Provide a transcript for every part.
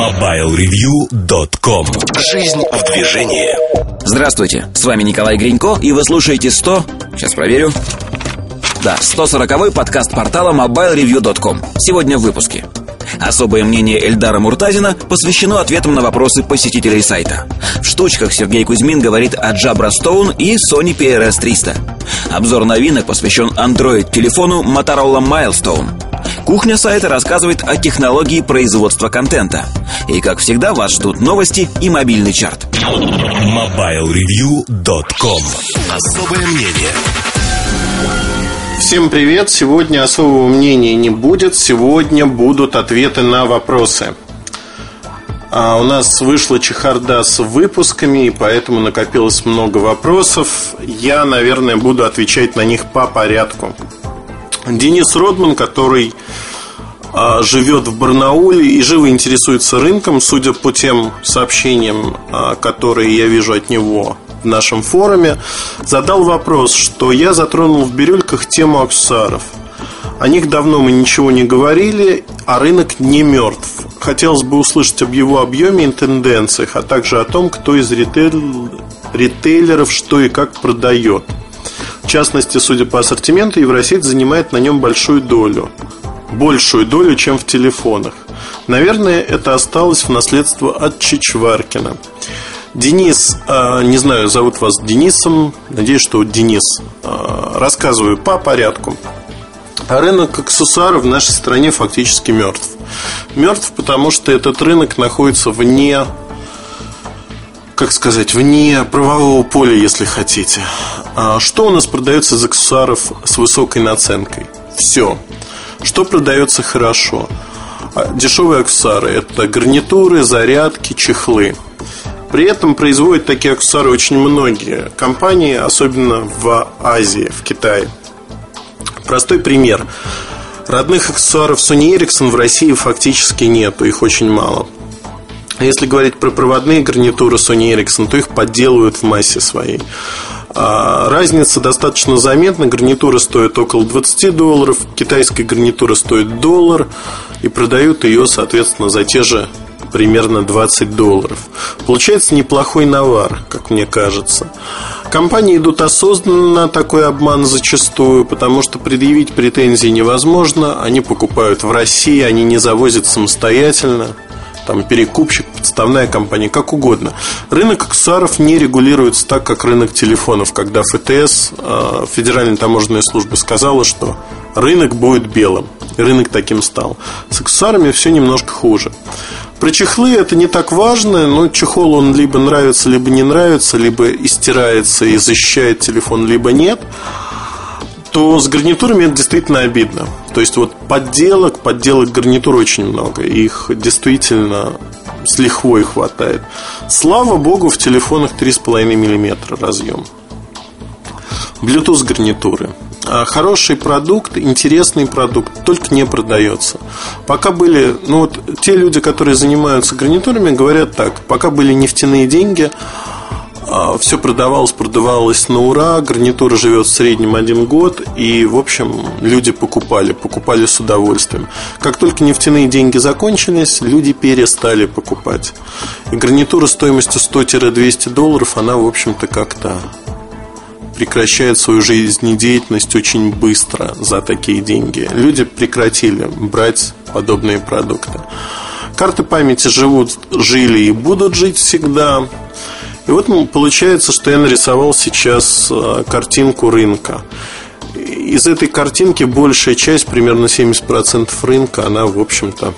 MobileReview.com. Жизнь в движении. Здравствуйте, с вами Николай Гринько, и вы слушаете 140-й подкаст портала MobileReview.com. Сегодня в выпуске. Особое мнение Эльдара Муртазина посвящено ответам на вопросы посетителей сайта. В штучках Сергей Кузьмин говорит о Jabra Stone и Sony PRS 300. Обзор новинок посвящен Android-телефону Motorola Milestone. Кухня сайта рассказывает о технологии производства контента. И, как всегда, вас ждут новости и мобильный чарт. MobileReview.com. Особое мнение. Всем привет! Сегодня особого мнения не будет. Сегодня будут ответы на вопросы. У нас вышла чехарда с выпусками, и поэтому накопилось много вопросов. Я, наверное, буду отвечать на них по порядку. Денис Родман, который живет в Барнауле и живо интересуется рынком, судя по тем сообщениям, которые я вижу от него в нашем форуме, задал вопрос, что я затронул в бирюльках тему аксессуаров. О них давно мы ничего не говорили, а рынок не мертв. Хотелось бы услышать об его объеме и тенденциях, а также о том, кто из ритейлеров что и как продает. В частности, судя по ассортименту, Евросеть занимает на нем большую долю, чем в телефонах. Наверное, это осталось в наследство от Чичваркина. Денис, не знаю, зовут вас Денисом, надеюсь, что Денис. Рассказываю по порядку. Рынок аксессуаров в нашей стране фактически мертв. Мертв, потому что этот рынок находится вне правового поля, если хотите. Что у нас продается из аксессуаров с высокой наценкой? Все. Что продается хорошо? Дешевые аксессуары – это гарнитуры, зарядки, чехлы. При этом производят такие аксессуары очень многие компании, особенно в Азии, в Китае. Простой пример. Родных аксессуаров Sony Ericsson в России фактически нету, их очень мало. Если говорить про проводные гарнитуры Sony Ericsson, то их подделывают в массе своей. Разница достаточно заметна. Гарнитура стоит около $20, китайская гарнитура стоит $1, и продают ее, соответственно, за те же примерно $20. Получается неплохой навар, как мне кажется. Компании идут осознанно на такой обман зачастую, потому что предъявить претензии невозможно. Они покупают в России, они не завозят самостоятельно. Там перекупщик, подставная компания, как угодно. Рынок аксессуаров не регулируется так, как рынок телефонов, когда ФТС, Федеральная таможенная служба, сказала, что рынок будет белым. И рынок таким стал. С аксессуарами все немножко хуже. Про чехлы это не так важно, но чехол он либо нравится, либо не нравится, либо истирается и защищает телефон, либо нет. То с гарнитурами это действительно обидно. То есть вот подделок гарнитур очень много. Их действительно с лихвой хватает. Слава богу, в телефонах 3,5 мм разъем. Bluetooth гарнитуры. Хороший продукт, интересный продукт, только не продается. Пока были, те люди, которые занимаются гарнитурами, говорят так: пока были нефтяные деньги, все продавалось на ура. Гарнитура живет в среднем 1 год. И, в общем, люди покупали с удовольствием. Как только нефтяные деньги закончились, люди перестали покупать. И гарнитура стоимостью $100-200, она, в общем-то, как-то прекращает свою жизнедеятельность очень быстро за такие деньги. Люди прекратили брать подобные продукты. Карты памяти жили и будут жить всегда. И вот получается, что я нарисовал сейчас картинку рынка. Из этой картинки большая часть, примерно 70% рынка, она, в общем-то,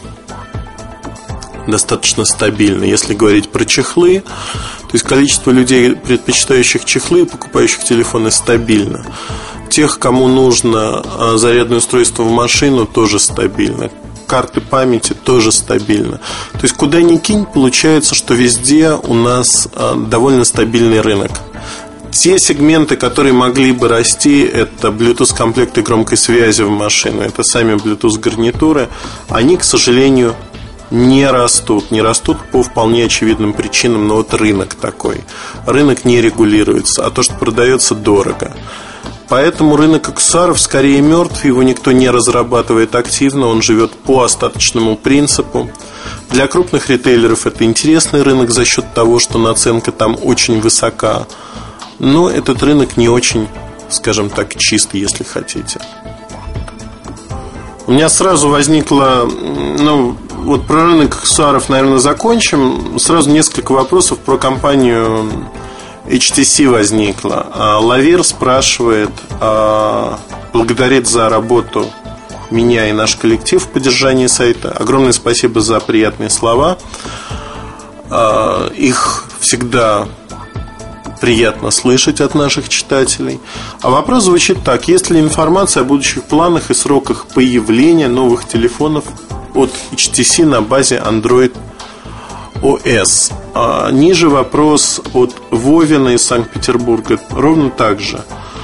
достаточно стабильна. Если говорить про чехлы, то есть количество людей, предпочитающих чехлы и покупающих телефоны, стабильно. Тех, кому нужно зарядное устройство в машину, тоже стабильно. Карты памяти тоже стабильно. То есть куда ни кинь, получается, что везде у нас довольно стабильный рынок. Те сегменты, которые могли бы расти, это Bluetooth комплекты громкой связи в машину, это сами Bluetooth гарнитуры. Они, к сожалению, не растут. Не растут по вполне очевидным причинам. Но вот рынок такой. Рынок не регулируется, а то, что продается, дорого. Поэтому рынок аксессуаров скорее мертв. Его никто не разрабатывает активно. Он живет по остаточному принципу. Для крупных ритейлеров это интересный рынок за счет того, что наценка там очень высока. Но этот рынок не очень, скажем так, чистый, если хотите. У меня сразу возникло, вот про рынок аксессуаров, наверное, закончим. Сразу несколько вопросов про компанию HTC возникло. Лавир спрашивает, благодарит за работу меня и наш коллектив в поддержании сайта. Огромное спасибо за приятные слова. Их всегда приятно слышать от наших читателей. А вопрос звучит так: есть ли информация о будущих планах и сроках появления новых телефонов от HTC на базе Android OS? Ниже вопрос от Вовина из Санкт-Петербурга. Ровно так же.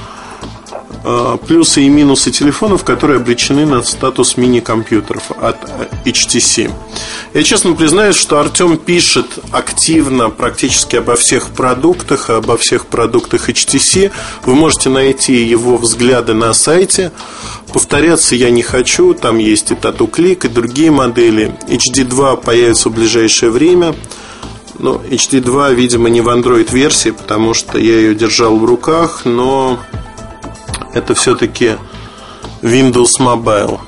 Плюсы и минусы телефонов, которые обречены на статус мини-компьютеров от HTC. Я честно признаюсь, что Артем пишет активно практически обо всех продуктах HTC. Вы можете найти его взгляды на сайте. Повторяться я не хочу. Там есть и Tattoo Click, и другие модели. HD2 появится в ближайшее время. Но HD2, видимо, не в Android-версии, потому что я ее держал в руках. Но это все-таки Windows Mobile.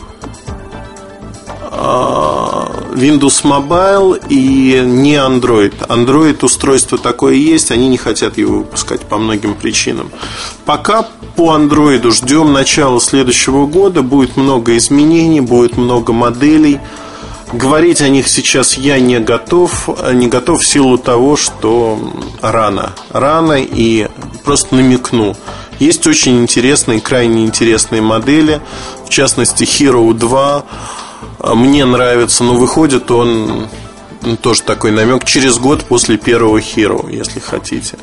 Windows Mobile и не Android. Android устройство такое есть, они не хотят его выпускать по многим причинам. Пока по Android ждем начала следующего года. Будет много изменений, будет много моделей. Говорить о них сейчас я не готов. Не готов в силу того, что рано и просто намекну. Есть очень интересные, крайне интересные модели. В частности, Hero 2 мне нравится, но выходит он, тоже такой намек, через год после первого Hero, если хотите.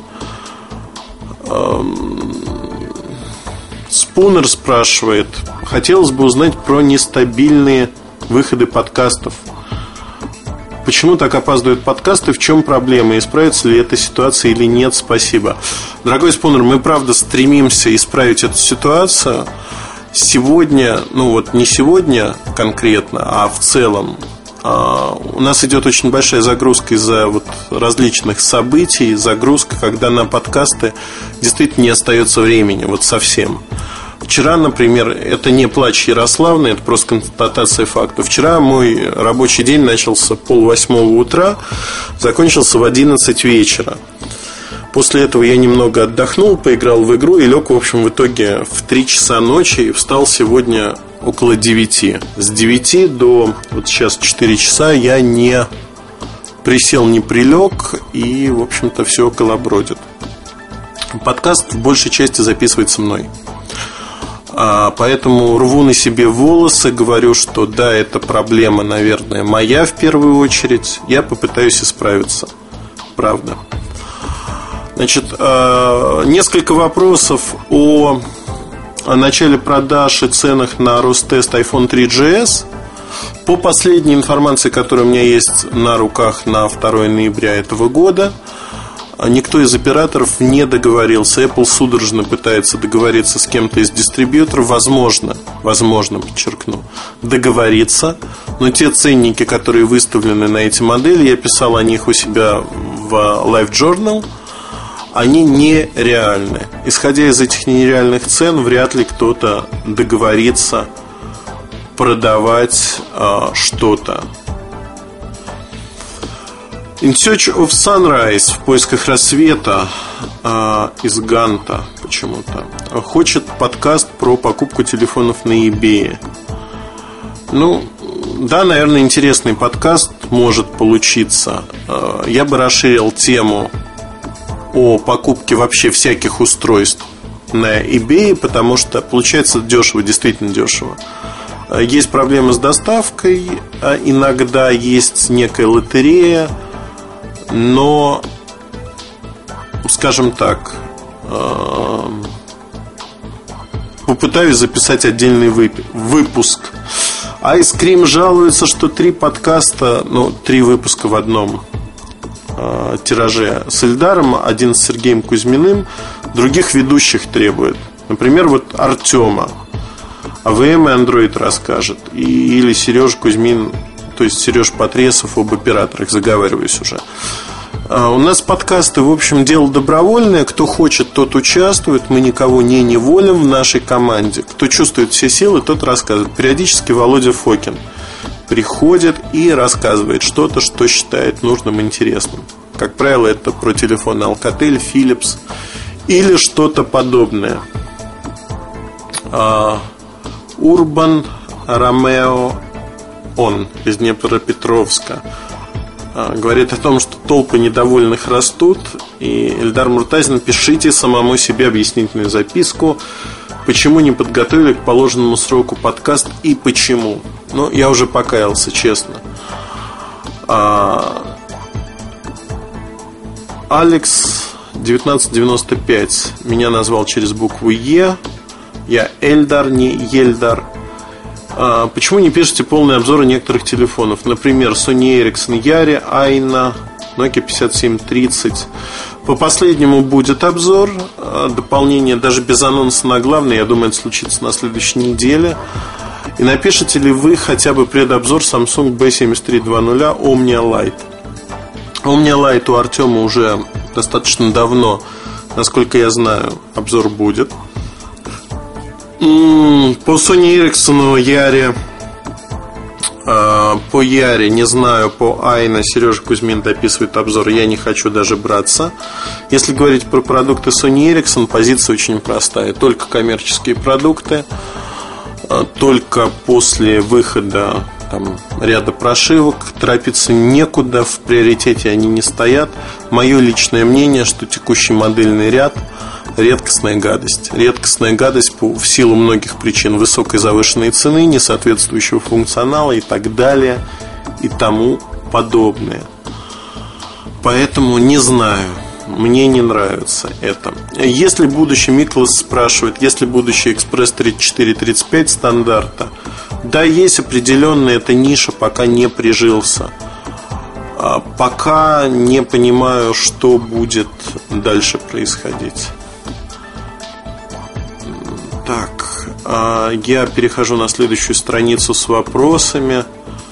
Спунер спрашивает: хотелось бы узнать про нестабильные выходы подкастов. Почему так опаздывают подкасты? В чем проблема? Исправится ли эта ситуация или нет? Спасибо. Дорогой Спунер, мы правда стремимся исправить эту ситуацию. Сегодня, не сегодня конкретно, а в целом, у нас идет очень большая загрузка из-за различных событий. Загрузка, когда на подкасты действительно не остается времени, совсем. Вчера, например, это не плач Ярославны, это просто констатация факта. Вчера мой рабочий день начался 7:30 утра, закончился в 11 вечера. После этого я немного отдохнул, поиграл в игру и лег, в итоге в 3 часа ночи и встал сегодня около 9. С 9 до сейчас 4 часа я не присел, не прилег и, в общем-то, все колобродит. Подкаст в большей части записывается мной. Поэтому рву на себе волосы, говорю, что да, это проблема, наверное, моя в первую очередь. Я попытаюсь исправиться. Правда. Значит, несколько вопросов о начале продаж и ценах на Ростест iPhone 3GS. По последней информации, которая у меня есть на руках на 2 ноября этого года, никто из операторов не договорился. Apple судорожно пытается договориться с кем-то из дистрибьюторов. Возможно, подчеркну, договориться. Но те ценники, которые выставлены на эти модели, я писал о них у себя в Live Journal, они нереальны. Исходя из этих нереальных цен, вряд ли кто-то договорится продавать что-то. In Search of Sunrise, в поисках рассвета, из Ганта почему-то, хочет подкаст про покупку телефонов на eBay. Да, наверное, интересный подкаст может получиться. Я бы расширил тему о покупке вообще всяких устройств на eBay, потому что получается дешево, действительно дешево. Есть проблемы с доставкой, иногда есть некая лотерея. Но, скажем так, попытаюсь записать отдельный выпуск. Ice Cream жалуется, что 3 подкаста, 3 выпуска в одном тираже с Эльдаром, 1 с Сергеем Кузьминым, других ведущих требует. Например, Артема АВМ и Android расскажет, или Сережа Кузьмин то есть Сереж Потресов, об операторах, заговариваюсь уже. У нас подкасты, в общем, дело добровольное. Кто хочет, тот участвует. Мы никого не неволим в нашей команде. Кто чувствует все силы, тот рассказывает. Периодически Володя Фокин приходит и рассказывает что-то, что считает нужным, интересным. Как правило, это про телефоны Alcatel, Philips или что-то подобное. Урбан Ромео Он из Днепропетровска говорит о том, что толпы недовольных растут. И Эльдар Муртазин: пишите самому себе объяснительную записку, почему не подготовили к положенному сроку подкаст и почему. Ну, я уже покаялся, честно. Алекс 1995 меня назвал через букву Е. Я Эльдар, не Ельдар. Почему не пишете полные обзоры некоторых телефонов? Например, Sony Ericsson Yari, Ayna, Nokia 5730. По последнему будет обзор. Дополнение даже без анонса на главный. Я думаю, это случится на следующей неделе. И напишите ли вы хотя бы предобзор Samsung B7320 Omnia Lite? Omnia Lite у Артема уже достаточно давно, насколько я знаю, обзор будет. По Sony Ericsson Yari, по Яре не знаю, по Айна Сережа Кузьмин дописывает обзор, я не хочу даже браться. Если говорить про продукты Sony Ericsson, позиция очень простая. Только коммерческие продукты, только после выхода там ряда прошивок, торопиться некуда, в приоритете они не стоят. Мое личное мнение, что текущий модельный ряд редкостная гадость. Редкостная гадость в силу многих причин: высокой завышенной цены, несоответствующего функционала и так далее, и тому подобное. Поэтому не знаю, мне не нравится это. Если будущий, Миклас спрашивает, если будущий Экспресс 3435 стандарта, да, есть определенная эта ниша, пока не прижился. Пока не понимаю, что будет дальше происходить. Так, я перехожу на следующую страницу с вопросами.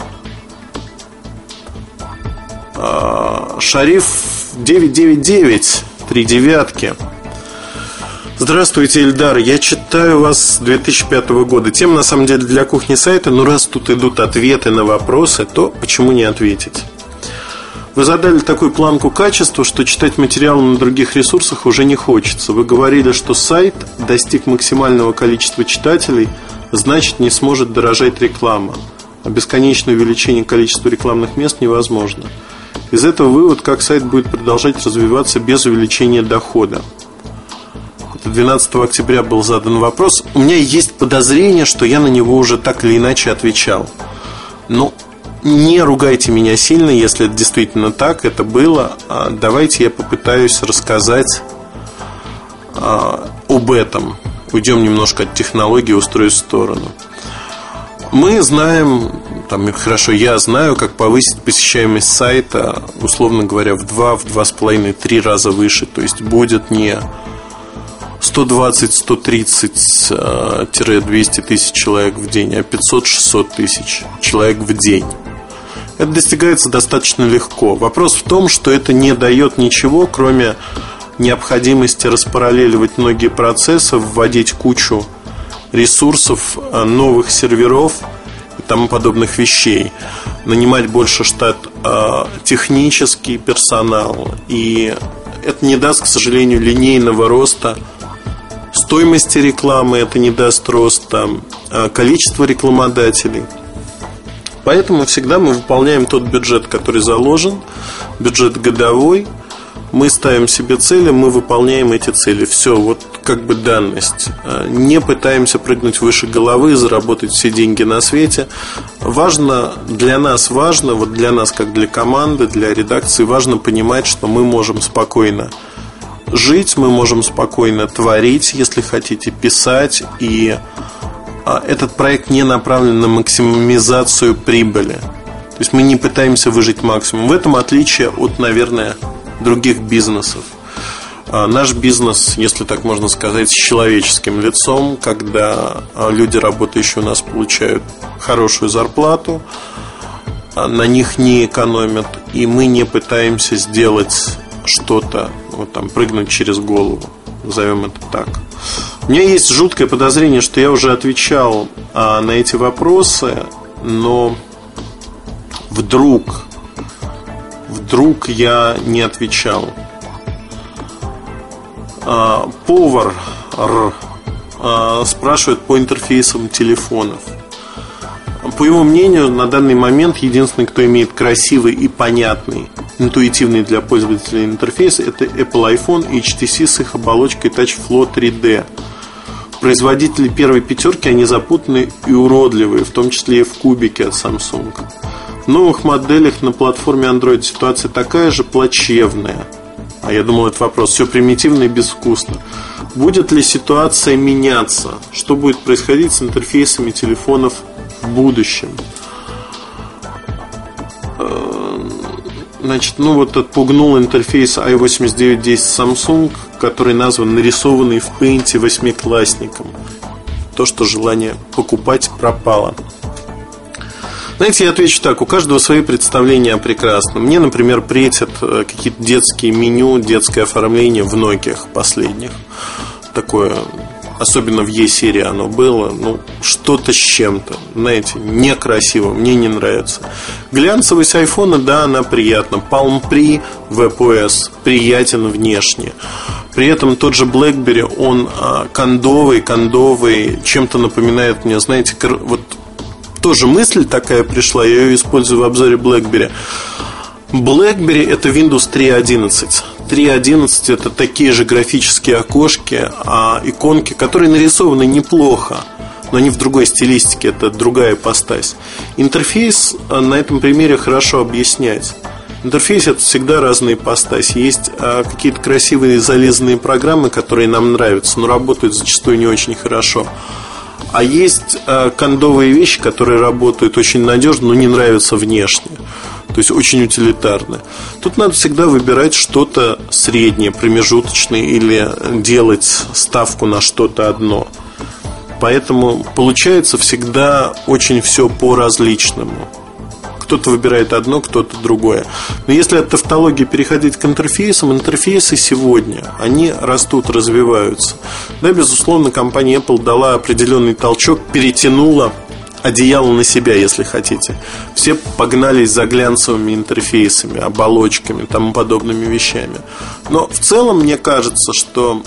Шариф 999, 3 девятки. Здравствуйте, Эльдар. Я читаю вас с 2005 года. Тема, на самом деле, для кухни сайта. Но раз тут идут ответы на вопросы, то почему не ответить? Вы задали такую планку качества, что читать материалы на других ресурсах уже не хочется. Вы говорили, что сайт достиг максимального количества читателей, значит, не сможет дорожать реклама. А бесконечное увеличение количества рекламных мест невозможно. Из этого вывод, как сайт будет продолжать развиваться без увеличения дохода. Это 12 октября был задан вопрос. У меня есть подозрение, что я на него уже так или иначе отвечал. Но не ругайте меня сильно, если это действительно так, это было. Давайте я попытаюсь рассказать об этом. Уйдем немножко от технологии, устроюсь в сторону. Мы знаем, хорошо, я знаю, как повысить посещаемость сайта, условно говоря, в 2, в 2,5, 3 раза выше. То есть будет не 120, 130-200 тысяч человек в день, а 500-600 тысяч человек в день. Это достигается достаточно легко. Вопрос в том, что это не дает ничего, кроме необходимости распараллеливать многие процессы, вводить кучу ресурсов, новых серверов и тому подобных вещей, нанимать больше штат технический персонал. И это не даст, к сожалению, линейного роста стоимости рекламы, это не даст роста количества рекламодателей. Поэтому всегда мы выполняем тот бюджет, который заложен, бюджет годовой. Мы ставим себе цели, мы выполняем эти цели. Все, вот как бы данность. Не пытаемся прыгнуть выше головы, заработать все деньги на свете. Для нас, вот для нас, как для команды, для редакции, важно понимать, что мы можем спокойно жить, мы можем спокойно творить, если хотите, писать. И этот проект не направлен на максимизацию прибыли. То есть мы не пытаемся выжить максимум. В этом отличие от, наверное, других бизнесов. Наш бизнес, если так можно сказать, с человеческим лицом, когда люди, работающие у нас, получают хорошую зарплату, на них не экономят, и мы не пытаемся сделать что-то, вот там, прыгнуть через голову, назовем это так. У меня есть жуткое подозрение, что я уже отвечал на эти вопросы, но вдруг я не отвечал. Повар спрашивает по интерфейсам телефонов. По его мнению, на данный момент единственный, кто имеет красивый и понятный, интуитивный для пользователя интерфейс, это Apple iPhone и HTC с их оболочкой TouchFlow 3D. Производители первой пятерки, они запутанные и уродливые, в том числе и в кубике от Samsung. В новых моделях на платформе Android ситуация такая же плачевная. А я думал, это вопрос. Все примитивно и безвкусно. Будет ли ситуация меняться? Что будет происходить с интерфейсами телефонов в будущем? Значит, вот отпугнул интерфейс i8910 Samsung, который назван нарисованный в Paint восьмиклассником. То, что желание покупать пропало. Знаете, я отвечу так: у каждого свои представления о прекрасном. Мне, например, претят какие-то детские меню, детское оформление в Nokia последних. Такое, особенно в E-серии оно было, что-то с чем-то, знаете, некрасиво, мне не нравится. Глянцевость айфона, да, она приятна. Palm Pre WebOS приятен внешне. При этом тот же BlackBerry, он кондовый, чем-то напоминает мне, знаете, вот тоже мысль такая пришла, я ее использую в обзоре BlackBerry. BlackBerry это Windows 3.11. 3.11 это такие же графические окошки, иконки, которые нарисованы неплохо, но они в другой стилистике, это другая ипостась. Интерфейс на этом примере хорошо объяснять. Интерфейс это всегда разные ипостаси. Есть какие-то красивые залезанные программы, которые нам нравятся, но работают зачастую не очень хорошо. А есть кондовые вещи, которые работают очень надежно, но не нравятся внешне. То есть очень утилитарно. Тут надо всегда выбирать что-то среднее, промежуточное, или делать ставку на что-то одно. Поэтому получается всегда очень все по-различному. Кто-то выбирает одно, кто-то другое. Но если от тавтологии переходить к интерфейсам, интерфейсы сегодня, они растут, развиваются. Да, безусловно, компания Apple дала определенный толчок, перетянула одеяло на себя, если хотите. Все погнались за глянцевыми интерфейсами, оболочками, тому подобными вещами. Но в целом мне кажется, что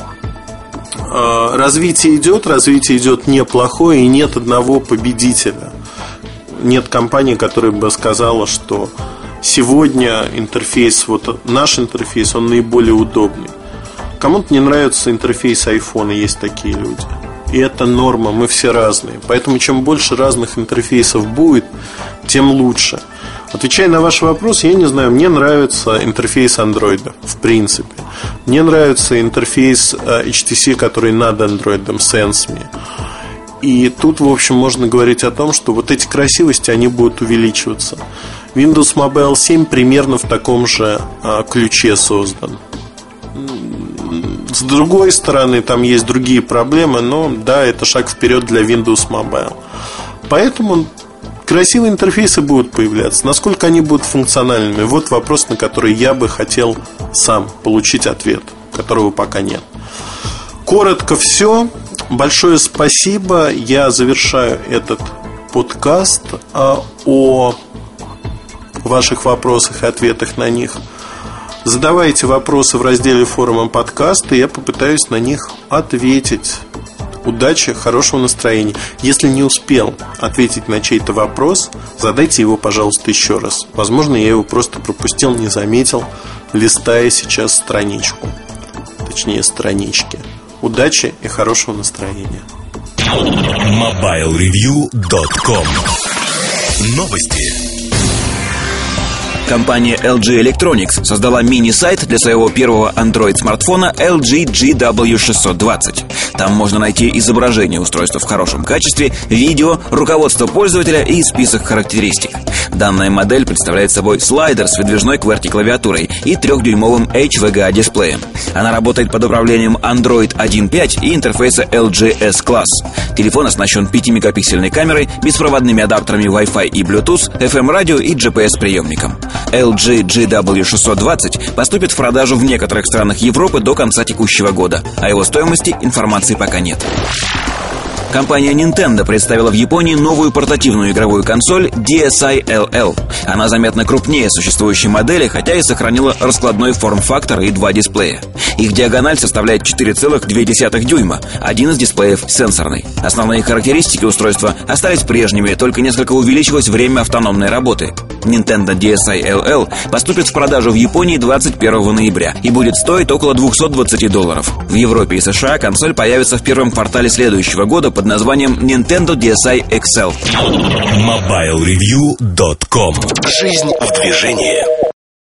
развитие идет неплохое, и нет одного победителя. Нет компании, которая бы сказала, что сегодня интерфейс, вот наш интерфейс, он наиболее удобный. Кому-то не нравится интерфейс iPhone, есть такие люди. И это норма, мы все разные. Поэтому чем больше разных интерфейсов будет, тем лучше. Отвечая на ваш вопрос, я не знаю, мне нравится интерфейс Android, в принципе. Мне нравится интерфейс HTC, который над Android, SenseMe. И тут, в общем, можно говорить о том, что вот эти красивости, они будут увеличиваться. Windows Mobile 7 примерно в таком же ключе создан. С другой стороны, там есть другие проблемы, но да, это шаг вперед для Windows Mobile. Поэтому красивые интерфейсы будут появляться. Насколько они будут функциональными? Вот вопрос, на который я бы хотел сам получить ответ, которого пока нет. Коротко все. Большое спасибо. Я завершаю этот подкаст о ваших вопросах и ответах на них. Задавайте вопросы в разделе форума подкаста, и я попытаюсь на них ответить. Удачи, хорошего настроения. Если не успел ответить на чей-то вопрос, задайте его, пожалуйста, еще раз. Возможно, я его просто пропустил, не заметил, листая сейчас страничку. Точнее, странички. Удачи и хорошего настроения. MobileReview.com. Новости. Компания LG Electronics создала мини-сайт для своего первого Android-смартфона LG GW620. Там можно найти изображение устройства в хорошем качестве, видео, руководство пользователя и список характеристик. Данная модель представляет собой слайдер с выдвижной QWERTY-клавиатурой и 3-дюймовым HVGA-дисплеем. Она работает под управлением Android 1.5 и интерфейса LG S-Class. Телефон оснащен 5-мегапиксельной камерой, беспроводными адаптерами Wi-Fi и Bluetooth, FM-радио и GPS-приемником. LG GW620 поступит в продажу в некоторых странах Европы до конца текущего года. О его стоимости информации пока нет. Компания Nintendo представила в Японии новую портативную игровую консоль DSi LL. Она заметно крупнее существующей модели, хотя и сохранила раскладной форм-фактор и 2 дисплея. Их диагональ составляет 4,2 дюйма, один из дисплеев сенсорный. Основные характеристики устройства остались прежними, только несколько увеличилось время автономной работы. Nintendo DSi LL поступит в продажу в Японии 21 ноября и будет стоить около $220. В Европе и США консоль появится в первом квартале следующего года под названием Nintendo DSi XL. MobileReview.com. Жизнь в движении.